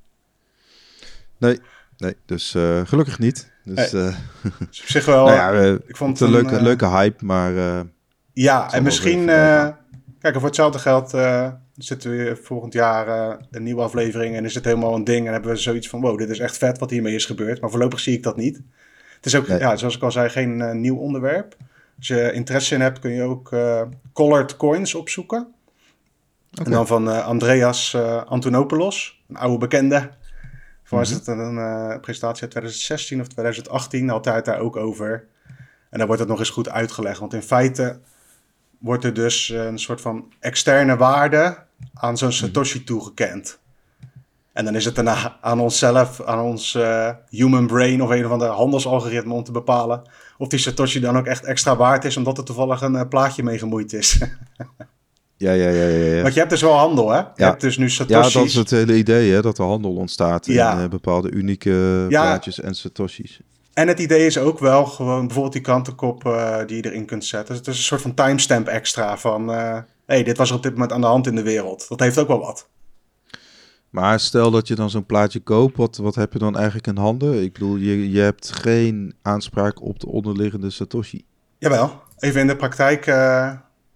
nee, nee, dus uh, gelukkig niet. Dus, nee. uh, dus op zich wel, nou ja, uh, ik vond het een een leuke, uh, leuke hype, maar... Uh, ja, en misschien... Uh, kijk, voor hetzelfde geld uh, zitten we weer volgend jaar uh, een nieuwe aflevering en is het helemaal een ding en hebben we zoiets van, wow, dit is echt vet wat hiermee is gebeurd. Maar voorlopig zie ik dat niet. Het is ook, nee. ja, zoals ik al zei, geen uh, nieuw onderwerp. Als je interesse in hebt, kun je ook uh, colored coins opzoeken. Okay. En dan van uh, Andreas uh, Antonopoulos, een oude bekende. Voor mm-hmm. is het een uh, presentatie uit twintig zestien of twintig achttien, altijd daar ook over. En dan wordt het nog eens goed uitgelegd. Want in feite wordt er dus een soort van externe waarde aan zo'n Satoshi mm-hmm. toegekend. En dan is het daarna aan onszelf, aan ons uh, human brain of een of ander handelsalgoritme om te bepalen of die Satoshi dan ook echt extra waard is, omdat er toevallig een uh, plaatje mee gemoeid is. ja, ja, ja, ja, ja. Want je hebt dus wel handel, hè? Je ja. hebt dus nu Satoshis. Ja, dat is het hele idee, hè? Dat er handel ontstaat ja. in uh, bepaalde unieke ja. plaatjes en Satoshis. En het idee is ook wel gewoon bijvoorbeeld die krantenkop uh, die je erin kunt zetten. Het is een soort van timestamp extra van, uh, hey, dit was er op dit moment aan de hand in de wereld. Dat heeft ook wel wat. Maar stel dat je dan zo'n plaatje koopt, wat, wat heb je dan eigenlijk in handen? Ik bedoel, je, je hebt geen aanspraak op de onderliggende Satoshi. Jawel, even in de praktijk. Uh,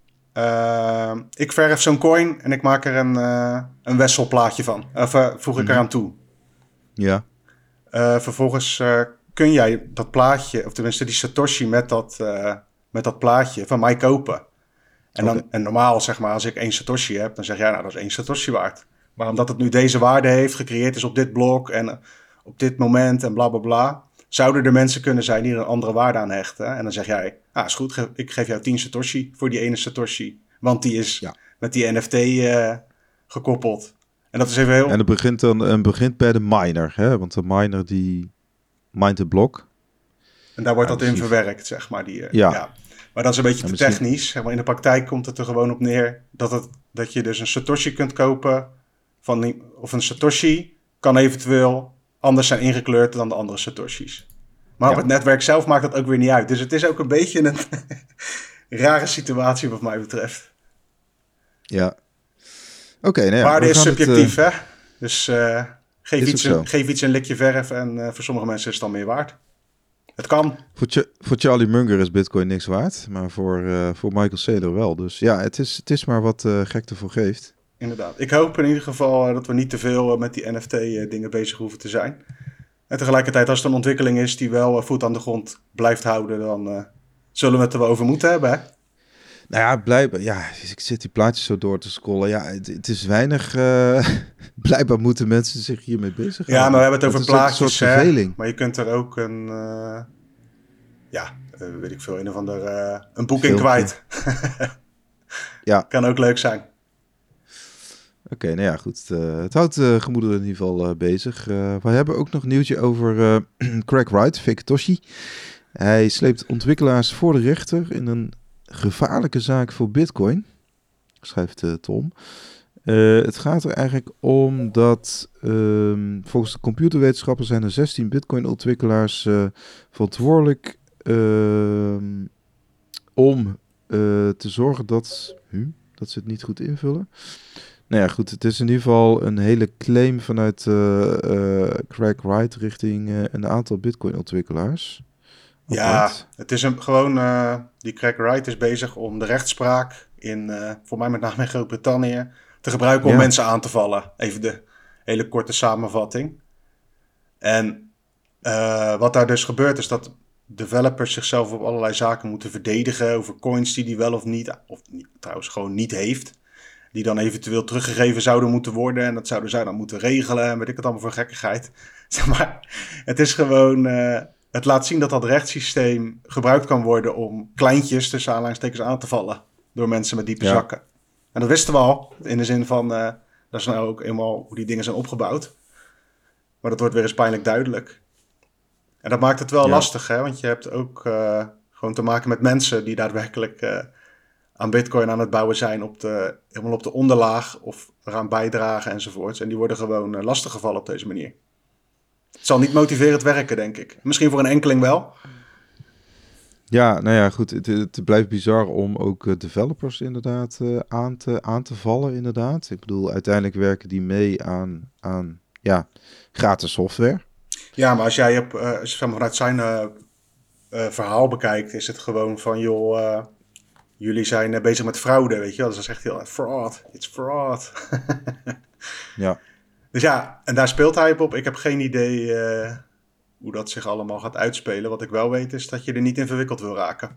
uh, ik verf zo'n coin en ik maak er een, uh, een wisselplaatje van. Of uh, voeg ik mm-hmm. eraan toe. Ja. Uh, vervolgens uh, kun jij dat plaatje, of tenminste die Satoshi met dat, uh, met dat plaatje van mij kopen. En, dan, okay. en normaal, zeg maar, als ik één Satoshi heb, dan zeg jij, nou, dat is één Satoshi waard. Maar omdat het nu deze waarde heeft, gecreëerd is op dit blok en uh, op dit moment en bla bla bla, zouden er mensen kunnen zijn die er een andere waarde aan hechten. En dan zeg jij, ah, is goed, ge- ik geef jou tien Satoshi voor die ene Satoshi. Want die is ja. met die N F T uh, gekoppeld. En dat is even heel... En het begint, dan, het begint bij de miner, hè? Want de miner die mint het blok. En daar wordt ja, dat in verwerkt, zeg maar. Die, uh, ja. ja. Maar dat is een beetje te misschien... technisch. Maar in de praktijk komt het er gewoon op neer dat, het, dat je dus een Satoshi kunt kopen. Van die, of een Satoshi kan eventueel anders zijn ingekleurd dan de andere Satoshis. Maar ja. op het netwerk zelf maakt dat ook weer niet uit. Dus het is ook een beetje een rare situatie wat mij betreft. Ja. Oké. Okay, nou ja, waarde is subjectief, het, uh... hè? Dus uh, Geef, Is iets ook een, zo. geef iets een likje verf en uh, voor sommige mensen is het dan meer waard. Het kan. Voor, Ch- voor Charlie Munger is Bitcoin niks waard, maar voor, uh, voor Michael Saylor wel. Dus ja, het is, het is maar wat uh, gek ervoor geeft. Inderdaad. Ik hoop in ieder geval uh, dat we niet te veel uh, met die N F T-dingen uh, bezig hoeven te zijn. En tegelijkertijd, als het een ontwikkeling is die wel uh, voet aan de grond blijft houden, dan uh, zullen we het er wel over moeten hebben, hè? Nou ja, blijkbaar, ja, ik zit die plaatjes zo door te scrollen. Ja, het, het is weinig. Uh, blijkbaar moeten mensen zich hiermee bezighouden. Ja, maar we hebben het over plaatjes, een soort verveling. Maar je kunt er ook een, uh, ja, uh, weet ik veel, een of ander, uh, een boek in kwijt. Ja. Kan ook leuk zijn. Oké, okay, nou ja, goed. Uh, het houdt uh, gemoederen in ieder geval uh, bezig. Uh, we hebben ook nog een nieuwtje over uh, Craig Wright, Fake Toshi. Hij sleept ontwikkelaars voor de rechter in een gevaarlijke zaak voor Bitcoin, schrijft uh, Tom. Uh, het gaat er eigenlijk om dat uh, volgens de computerwetenschappen zijn er zestien Bitcoin-ontwikkelaars uh, verantwoordelijk uh, om uh, te zorgen dat, huh, dat ze het niet goed invullen. Nou ja, goed, het is in ieder geval een hele claim vanuit uh, uh, Craig Wright richting uh, een aantal Bitcoin-ontwikkelaars. Ja, Apart. Het is een, gewoon, uh, die Craig Wright is bezig om de rechtspraak in, uh, voor mij met name in Groot-Brittannië, te gebruiken om ja. mensen aan te vallen. Even de hele korte samenvatting. En uh, wat daar dus gebeurt is dat developers zichzelf op allerlei zaken moeten verdedigen over coins die die wel of niet, of niet, trouwens gewoon niet heeft. Die dan eventueel teruggegeven zouden moeten worden. En dat zouden zij dan moeten regelen. En weet ik het allemaal voor gekkigheid. Zeg maar, het is gewoon, uh, het laat zien dat dat rechtssysteem gebruikt kan worden om kleintjes tussen aanhalingstekens aan te vallen. Door mensen met diepe ja. zakken. En dat wisten we al. In de zin van, uh, dat is nou ook eenmaal hoe die dingen zijn opgebouwd. Maar dat wordt weer eens pijnlijk duidelijk. En dat maakt het wel ja. lastig, hè. Want je hebt ook uh, gewoon te maken met mensen die daadwerkelijk uh, aan Bitcoin aan het bouwen zijn op de, helemaal op de onderlaag of eraan bijdragen enzovoorts. En die worden gewoon uh, lastiggevallen op deze manier. Het zal niet motiverend werken, denk ik. Misschien voor een enkeling wel. Ja, nou ja, goed. Het, het blijft bizar om ook uh, developers inderdaad uh, aan, te, aan te vallen, inderdaad. Ik bedoel, uiteindelijk werken die mee aan, aan ja, gratis software. Ja, maar als jij op, uh, als je vanuit zijn uh, uh, verhaal bekijkt, is het gewoon van, joh, uh, jullie zijn uh, bezig met fraude, weet je wel. Dus dat is echt heel, fraud, it's fraud. Ja. Dus ja, en daar speelt hij op. Ik heb geen idee uh, hoe dat zich allemaal gaat uitspelen. Wat ik wel weet is dat je er niet in verwikkeld wil raken.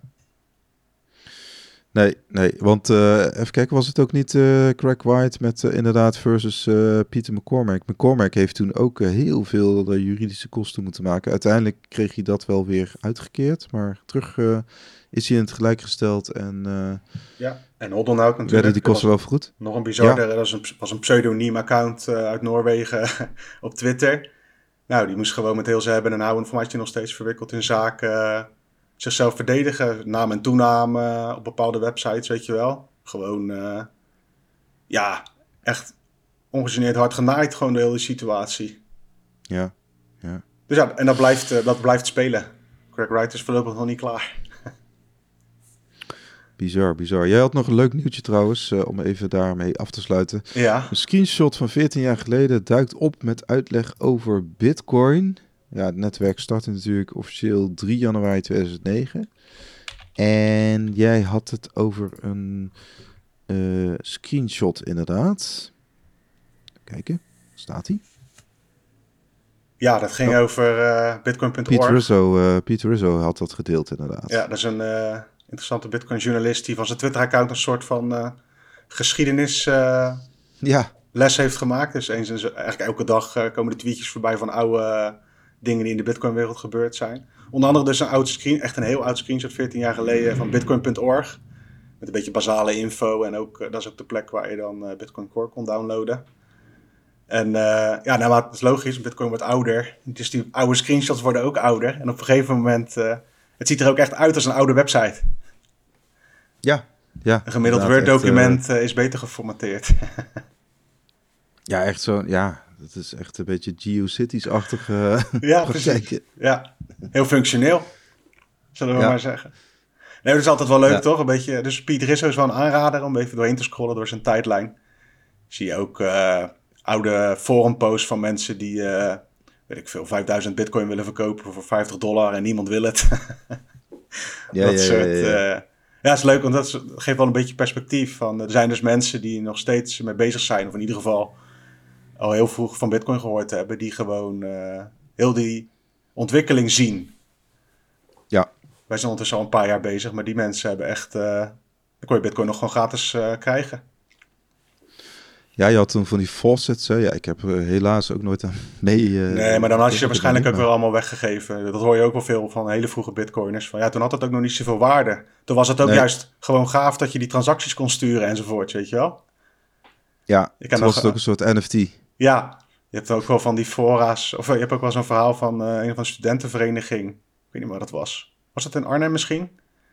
Nee, nee, want uh, even kijken, was het ook niet uh, Craig Wright met uh, inderdaad versus uh, Peter McCormack. McCormack heeft toen ook uh, heel veel uh, juridische kosten moeten maken. Uiteindelijk kreeg hij dat wel weer uitgekeerd, maar terug uh, is hij in het gelijk gesteld. En, uh, ja, en Hoddenhout natuurlijk. Werden die kosten wel vergoed? Nog een bizar, ja. Dat was een, was een pseudoniem account uh, uit Noorwegen op Twitter. Nou, die moest gewoon met heel zijn hebben en houden voor mij is hij nog steeds verwikkeld in zaken... Uh, zichzelf verdedigen, naam en toenaam uh, op bepaalde websites, weet je wel. Gewoon, uh, ja, echt ongegeneerd hard genaaid, gewoon de hele situatie. Ja, ja. Dus ja, en dat blijft, uh, dat blijft spelen. Craig Wright is voorlopig nog niet klaar. Bizar, bizar. Jij had nog een leuk nieuwtje trouwens, uh, om even daarmee af te sluiten. Ja. Een screenshot van veertien jaar geleden duikt op met uitleg over Bitcoin. Ja, het netwerk startte natuurlijk officieel drie januari tweeduizend negen. En jij had het over een uh, screenshot inderdaad. Kijken, staat hij? Ja, dat ging oh. over uh, bitcoin punt org. Pete Rizzo, uh, Pete Rizzo had dat gedeeld inderdaad. Ja, dat is een uh, interessante Bitcoin-journalist die van zijn Twitter-account een soort van uh, geschiedenis uh, ja. les heeft gemaakt. Dus eens, eigenlijk elke dag uh, komen de tweetjes voorbij van oude... Uh, dingen die in de Bitcoin-wereld gebeurd zijn. Onder andere dus een oud screen, echt een heel oud screenshot, veertien jaar geleden, van bitcoin punt org. Met een beetje basale info en ook, uh, dat is ook de plek waar je dan uh, Bitcoin Core kon downloaden. En uh, ja, nou, maar het is logisch, Bitcoin wordt ouder. Dus die oude screenshots worden ook ouder. En op een gegeven moment, uh, het ziet er ook echt uit als een oude website. Ja, ja. Een gemiddeld Word-document uh, is beter geformateerd. Ja, echt zo, ja. Het is echt een beetje GeoCities-achtige ja, precies. Ja, heel functioneel, zullen we ja. maar zeggen. Nee, dat is altijd wel leuk, ja. toch? Een beetje, dus Pete Rizzo is wel een aanrader om even doorheen te scrollen door zijn tijdlijn. Zie je ook uh, oude forumposts van mensen die, uh, weet ik veel, vijfduizend bitcoin willen verkopen voor vijftig dollar en niemand wil het. Ja, dat ja, soort... ja, ja. Uh, ja, is leuk, want dat, is, dat geeft wel een beetje perspectief. Van, er zijn dus mensen die nog steeds mee bezig zijn, of in ieder geval al heel vroeg van bitcoin gehoord hebben, die gewoon uh, heel die ontwikkeling zien. Ja. Wij zijn ondertussen al een paar jaar bezig, maar die mensen hebben echt... Uh, dan kon je bitcoin nog gewoon gratis uh, krijgen. Ja, je had toen van die faucets. Hè? Ja, ik heb uh, helaas ook nooit aan mee... Uh, nee, maar dan had je ze waarschijnlijk ook maar... weer allemaal weggegeven. Dat hoor je ook wel veel van hele vroege bitcoiners. Van, ja, toen had het ook nog niet zoveel waarde. Toen was het ook nee. juist gewoon gaaf dat je die transacties kon sturen enzovoort, weet je wel? Ja, toen was het ook een soort N F T. Ja, je hebt ook wel van die fora's... Of je hebt ook wel zo'n verhaal van uh, een van de studentenvereniging. Ik weet niet meer wat dat was. Was dat in Arnhem misschien?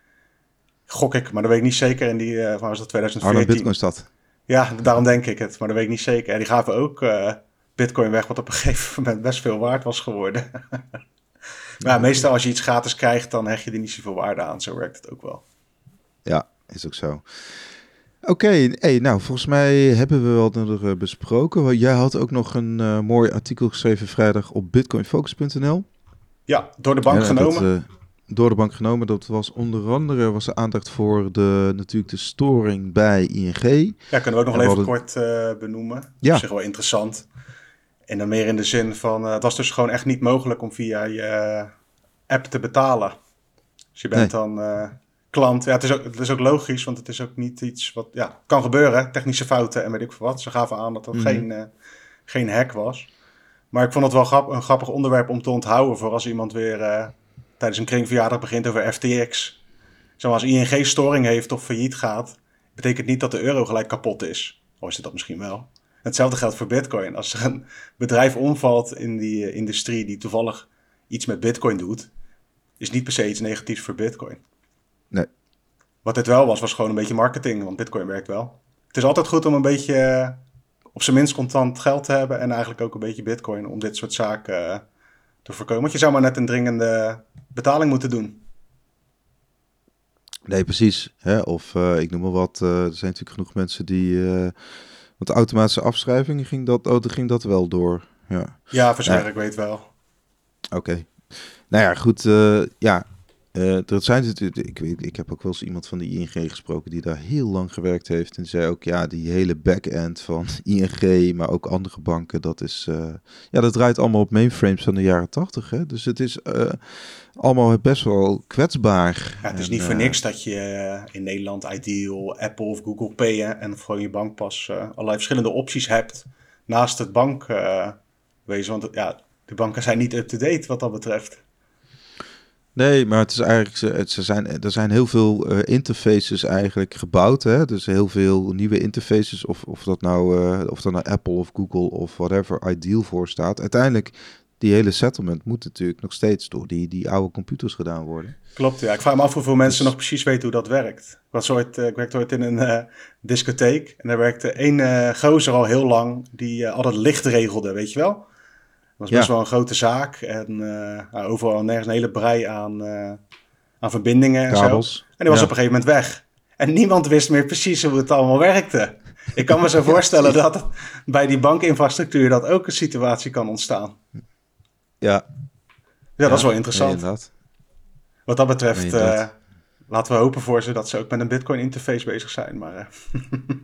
Gok ik, maar dat weet ik niet zeker. En die, uh, was dat twintig veertien? Arnhem Bitcoinstad. Ja, daarom denk ik het, maar dat weet ik niet zeker. En die gaven ook uh, bitcoin weg, wat op een gegeven moment best veel waard was geworden. Maar ja, meestal als je iets gratis krijgt, dan hecht je er niet zoveel waarde aan. Zo werkt het ook wel. Ja, is ook zo. Oké, okay, hey, nou volgens mij hebben we wel nog besproken. Jij had ook nog een uh, mooi artikel geschreven vrijdag op bitcoinfocus punt n l. Ja, door de bank ja, genomen. Dat, uh, door de bank genomen. Dat was onder andere was er aandacht voor de, natuurlijk de storing bij I N G. Ja, kunnen we ook nog wel even hadden... kort uh, benoemen. Ja. Op zich wel interessant. En dan meer in de zin van, uh, het was dus gewoon echt niet mogelijk om via je uh, app te betalen. Dus je bent nee. dan uh, klant. Ja, het is, ook, het is ook logisch, want het is ook niet iets wat, ja, kan gebeuren. Technische fouten en weet ik veel wat. Ze gaven aan dat dat mm-hmm. geen, uh, geen hack was. Maar ik vond het wel grap, een grappig onderwerp om te onthouden voor als iemand weer uh, tijdens een kringverjaardag begint over F T X. Zoals I N G storing heeft of failliet gaat, betekent niet dat de euro gelijk kapot is. Of is het dat misschien wel? Hetzelfde geldt voor bitcoin. Als er een bedrijf omvalt in die uh, industrie die toevallig iets met bitcoin doet, is niet per se iets negatiefs voor bitcoin. Nee. Wat dit wel was, was gewoon een beetje marketing, want bitcoin werkt wel. Het is altijd goed om een beetje uh, op zijn minst contant geld te hebben en eigenlijk ook een beetje bitcoin om dit soort zaken uh, te voorkomen. Want je zou maar net een dringende betaling moeten doen. Nee, precies. Hè? Of uh, ik noem maar wat, uh, er zijn natuurlijk genoeg mensen die... Uh, want de automatische afschrijving, ging dat, oh, ging dat wel door. Ja, ja voor zover ja. ik weet wel. Oké. Okay. Nou ja, goed. Uh, ja, uh, er zijn natuurlijk... Ik, weet, ik heb ook wel eens iemand van de I N G gesproken die daar heel lang gewerkt heeft. En die zei ook, ja, die hele back-end van I N G, maar ook andere banken, dat is... Uh, ja, dat draait allemaal op mainframes van de jaren tachtig, hè. Dus het is uh, allemaal best wel kwetsbaar. Ja, het is en, niet voor uh, niks dat je uh, in Nederland Ideal, Apple of Google Pay hè, en gewoon je bankpas uh, allerlei verschillende opties hebt naast het bankwezen. Uh, want ja, de banken zijn niet up-to-date wat dat betreft. Nee, maar het is eigenlijk, ze zijn, er zijn heel veel uh, interfaces eigenlijk gebouwd. Hè? Dus heel veel nieuwe interfaces, of, of, dat nou, uh, of dat nou Apple of Google of whatever Ideal voor staat. Uiteindelijk, die hele settlement moet natuurlijk nog steeds door die, die oude computers gedaan worden. Klopt, ja. Ik vraag me af hoeveel mensen dus... nog precies weten hoe dat werkt. Ik, was ooit, uh, ik werkte ooit in een uh, discotheek en daar werkte één uh, gozer al heel lang die uh, altijd licht regelde, weet je wel? Dat was best ja. wel een grote zaak. En uh, nou, overal nergens een hele brei aan, uh, aan verbindingen en kabels. Zo. En die was ja. op een gegeven moment weg. En niemand wist meer precies hoe het allemaal werkte. Ik kan me zo voorstellen ja, dat bij die bankinfrastructuur dat ook een situatie kan ontstaan. Ja. Ja, dat ja, is wel interessant. Nee, Wat dat betreft, nee, uh, laten we hopen voor ze dat ze ook met een Bitcoin interface bezig zijn. Maar, uh...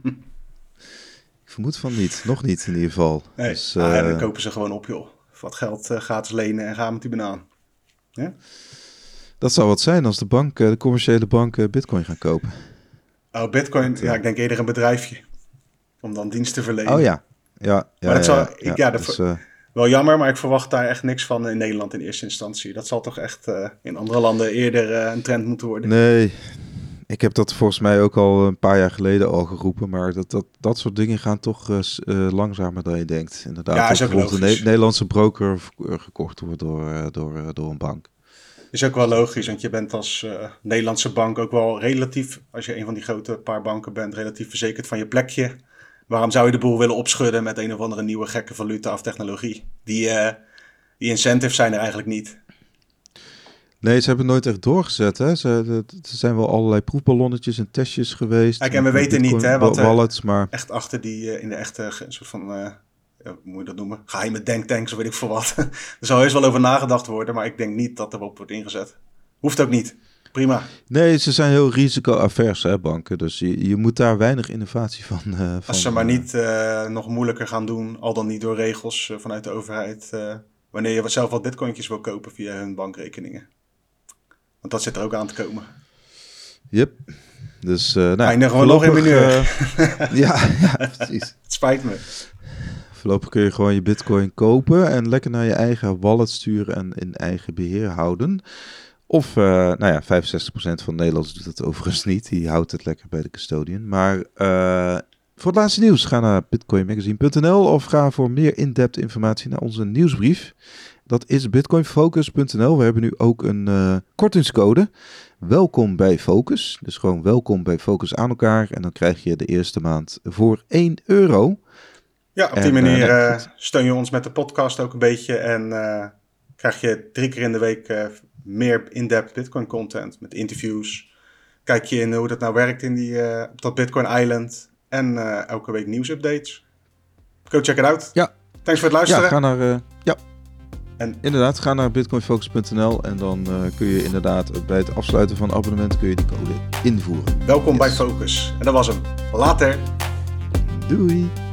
ik vermoed van niet. Nog niet in ieder geval. Nee, dus, ah, uh... ja, dan kopen ze gewoon op, joh. Wat geld uh, gratis lenen en gaan met die banaan. Ja? Dat zou wat zijn als de bank, de commerciële banken Bitcoin gaan kopen. Oh, Bitcoin, dat, ja, ik denk eerder een bedrijfje. Om dan dienst te verlenen. Oh ja, ja. ja maar dat ja, zal, ja, ik, ja, ja, dus, uh... wel jammer, maar ik verwacht daar echt niks van in Nederland in eerste instantie. Dat zal toch echt uh, in andere landen eerder uh, een trend moeten worden. Nee, ik heb dat volgens mij ook al een paar jaar geleden al geroepen. Maar dat, dat, dat soort dingen gaan toch uh, uh, langzamer dan je denkt. Inderdaad, ja, is ook bijvoorbeeld logisch. een ne- Nederlandse broker gekocht wordt door, uh, door, uh, door een bank. Is ook wel logisch, want je bent als uh, Nederlandse bank ook wel relatief, als je een van die grote paar banken bent, relatief verzekerd van je plekje. Waarom zou je de boel willen opschudden met een of andere nieuwe gekke valuta of technologie? Die, uh, die incentives zijn er eigenlijk niet. Nee, ze hebben het nooit echt doorgezet. Hè? Ze, er zijn wel allerlei proefballonnetjes en testjes geweest. Kijk, en we weten niet hè, wat er wallets, maar... echt achter die, uh, in de echte soort van uh, hoe moet je dat noemen? Geheime denktanks, weet ik veel wat. Er zal heus wel over nagedacht worden, maar ik denk niet dat er op wordt ingezet. Hoeft ook niet. Prima. Nee, ze zijn heel risico-avers, hè, banken. Dus je, je moet daar weinig innovatie van... Uh, van Als ze maar niet uh, nog moeilijker gaan doen, al dan niet door regels uh, vanuit de overheid... Uh, wanneer je zelf wat bitcointjes wil kopen via hun bankrekeningen. Want dat zit er ook aan te komen. Yep. Dus, uh, nou, eindigen we nog in mineur. Uh, ja, ja, precies. Het spijt me. Voorlopig kun je gewoon je bitcoin kopen en lekker naar je eigen wallet sturen en in eigen beheer houden. Of, uh, nou ja, vijfenzestig procent van Nederlanders doet dat overigens niet. Die houdt het lekker bij de custodian. Maar uh, voor het laatste nieuws ga naar bitcoin magazine punt n l of ga voor meer in-depth informatie naar onze nieuwsbrief. Dat is bitcoin focus punt n l. We hebben nu ook een uh, kortingscode. Welkom bij Focus. Dus gewoon welkom bij Focus aan elkaar. En dan krijg je de eerste maand voor één euro. Ja, op die en, manier uh, uh, steun je ons met de podcast ook een beetje. En uh, krijg je drie keer in de week uh, meer in-depth Bitcoin content. Met interviews. Kijk je in hoe dat nou werkt in die, uh, op dat Bitcoin Island. En uh, elke week nieuwsupdates. Go check it out. Ja. Thanks voor het luisteren. Ja, ga naar... Uh, ja. En inderdaad, ga naar bitcoin focus punt n l en dan uh, kun je inderdaad bij het afsluiten van abonnement kun je die code invoeren. Welkom yes. bij Focus. En dat was hem. Later. Doei.